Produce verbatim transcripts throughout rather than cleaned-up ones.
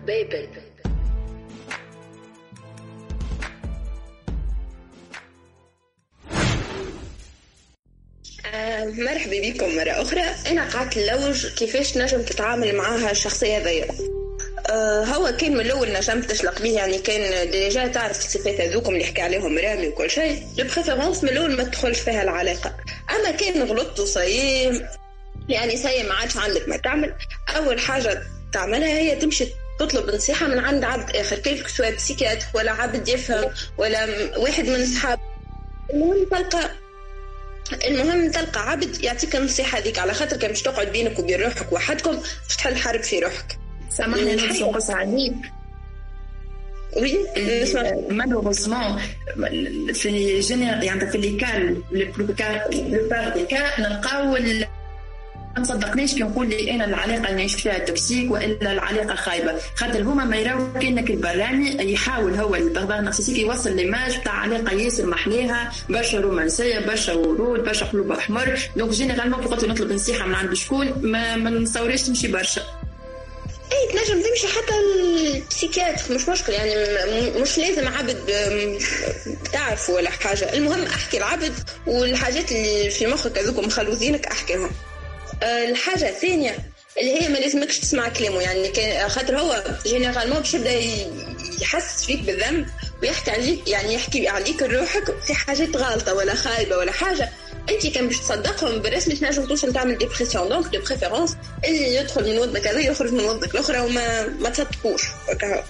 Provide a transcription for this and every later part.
بيبل. آه مرحبا بكم مرة أخرى. أنا قعدت نلوج كيفاش نجم تتعامل معها الشخصية ذي. آه هو كان من الأول نجم تشلق بيه، يعني كان ديجا تعرف الصفات هذوكم اللي حكى عليهم رامي وكل شيء، البريفيرونس من الأول ما تدخلش فيها العلاقة. أما كان غلطت وصايم، يعني صايم ما عادش عندك ما تعمل، أول حاجة تعملها هي تمشي تطلب نصيحة من عند عبد آخر، كيف سواء بسيكات ولا عبد يفهم ولا واحد من أصحاب. المهم تلقى المهم تلقى عبد يعطيك النصيحة هذيك، على خاطر كان مش تقعد بينك وبين روحك وحدكم باش تحل حرب في روحك. سامحني نفس نقص عليك. وي مالوغوزمون في جينير يعني في لي كال لي بلوبار دي كا نلقاو ما تصدقنيش كي نقول لي انا العلاقه اللي نعيش فيها توكسيك والا العلاقه خايبه، خاطر هما ما يراو كانك البراني يحاول هو البربر نارسيسيك يوصل ليماج تاع علاقه ياسر محليها برشا رومانسيه برشا ورود برشا قلوب احمر. دونك جينيرالمون قلت نطلب نصيحه من عند شكون ما, ما نصوريش تمشي برشا. اي تنجم تمشي حتى البسيكاتر مش مشكل، يعني مش لازم عبد تعرفه ولا حاجه. المهم احكي العبد والحاجات اللي في مخك هذوكم مخلوزينك احكيهم. الحاجة الثانية اللي هي ما لازمكش تسمع كلامه، يعني كان خاطر هو جينيرالمون باش يبدا يحس فيك بالذنب ويحكي عليك، يعني يحكي عليك روحك في حاجات غلطة ولا خايبة ولا حاجة. انت كان باش تصدقهم بالرسمي تنجم توصل تعمل ديبرسيون. دونك دو بريفيرونس اللي يدخل من وضعك هذا يخرج من وضعك الاخرى وما ما تصدقوش هكا.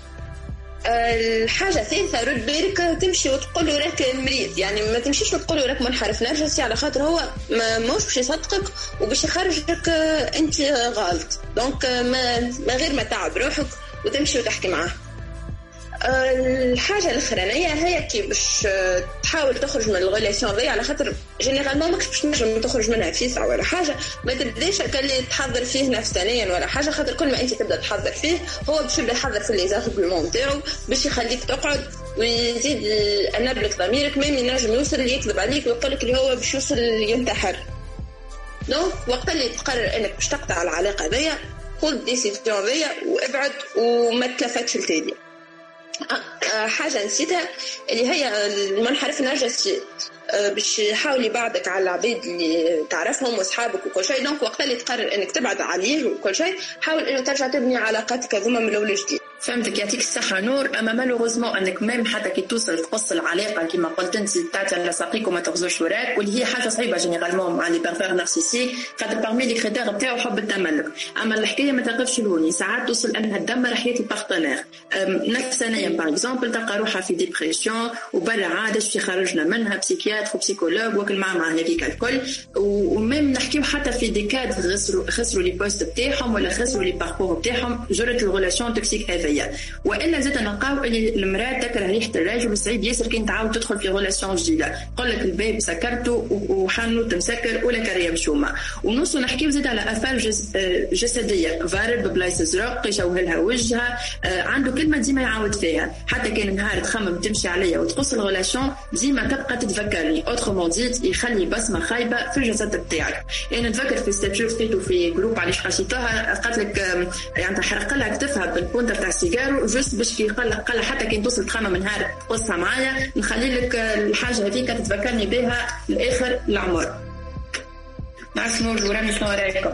الحاجة الثالثة رد بالك تمشي وتقول له راك مريض، يعني ما تمشيش وتقول له راك منحرف نرجسي، على خاطر هو ما موش باش يصدقك وباش يخرجك انت غلط. دونك ما, ما غير ما تعب روحك وتمشي وتحكي معاه. الحاجة الأخرانية هي كي باش تحاول تخرج من الغولاسيون ذي، على خاطر جينيرالمون ماكش باش تنجم تخرج منها في ساعة ولا حاجة. ما تبداش اللي تحضر فيه نفسانيا ولا حاجة، خاطر كل ما أنت تبدأ تحضر فيه هو باش يبدأ يحضر في ليزارغومون تاعو باش يخليك تقعد ويزيد أنبلك ضميرك، ميم ينجم يوصل اللي يكذب عليك ويقولك اللي هو باش يوصل ينتحر. دونك وقت اللي تقرر أنك باش تقطع العلاقة ذي خذ ديسيجن ذي وابعد وما تلفتش التالي. حاجة نسيتها اللي هي المنحرف النرجسي باش يحاول يبعدك على العباد اللي تعرفهم واصحابك وكل شيء. دونك وقت اللي تقرر انك تبعد عليه وكل شيء حاول انه ترجع تبني علاقاتك هذوما من الاول جديد. فهمتك يعطيك الصحة نور. أما مالوغوزمون أنك ميم حتى كي توصل تقص العلاقة كما قلت أنت تعطي على ساقيك وما تغزوش وراك، واللي هي حاجة صعيبة جينيرالمون مع لي بيرفير نارسيسيك، خاطر بارمي لي كريتير نتاعو حب التملك. أما الحكاية ما تقفش لهوني، ساعات توصل أنها تدمر حياة البارتنير نفسانيا. باغ اكزومبل تلقى روحها في ديبرسيون وبرا عادش في خرجنا منها بسيكياتر وبسيكولوج وكل مع مع هذيك الكل. وميم نحكيو حتى في دي كاد خسروا خسروا لي بوست بتاعهم ولا خسروا لي باركور بتاعهم جرت الريلاسيون توكسيك هذه. والا زاد نلقاو اللي المراه تكره ريحه الراجل وصعيب ياسر كي تعاود تدخل في ريلاسيون جديده، يقول لك الباب سكرته وحنوت مسكر ولا كريه مشومه. ونوصل نحكيو زاد على افعال جس جسديه فارب بلايص زرق يشوه لها وجهها، عنده كلمه ديما يعاود فيها، حتى كان نهار تخمم تمشي عليا وتقص الريلاسيون ديما تبقى تتذكرني. اوترومون ديت يخلي بصمه خايبه في الجسد بتاعك. يعني نتذكر في ستاتيو لقيته في جروب علاش خاصيتها قالت لك يعني تحرق لها كتفها بالبونتر تاع السيجارو جوست باش في قال قال حتى كي توصل تخمم نهار تقصها معايا نخلي لك الحاجه هذيك تتذكرني بها لاخر العمر. نعرف نور وراني شنو رايكم؟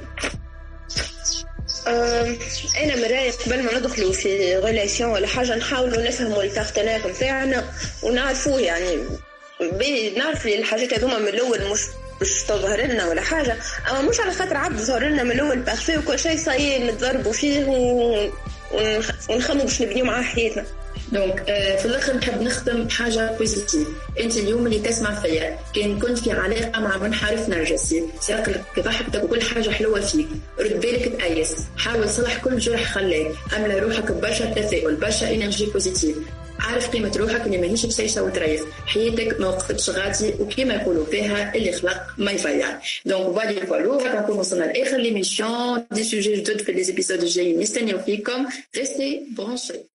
أنا مراية قبل ما ندخلوا في ريلاسيون ولا حاجة نحاولوا نفهموا البارتنير نتاعنا ونعرفوه، يعني نعرف الحاجات هذوما من الأول مش باش تظهر لنا ولا حاجة، أما مش على خاطر عبد ظهر لنا من الأول بارفي وكل شيء صاير نتضربوا فيه ونخموا باش نبنيو معاه حياتنا. دونك في الاخر نحب نختم بحاجه بوزيتيف. انت اليوم اللي تسمع فيا كان كنت في علاقه مع منحرف نرجسي سرق لك ضحكتك وكل حاجه حلوه فيك، رد بالك تأيس، حاول تصلح كل جرح خلاك، املى روحك ببرشا تفاؤل برشا انرجي بوزيتيف، عارف قيمه روحك اللي ماهيش بسيسه وتريف، حياتك ما وقفتش غادي وكيما يقولوا فيها اللي خلق ما يضيع. دونك بعد فالو هكا نكون وصلنا لاخر ليميسيون. دي سوجي جدد في لي زيبيسود الجايين نستناو فيكم. ريستي برونشي.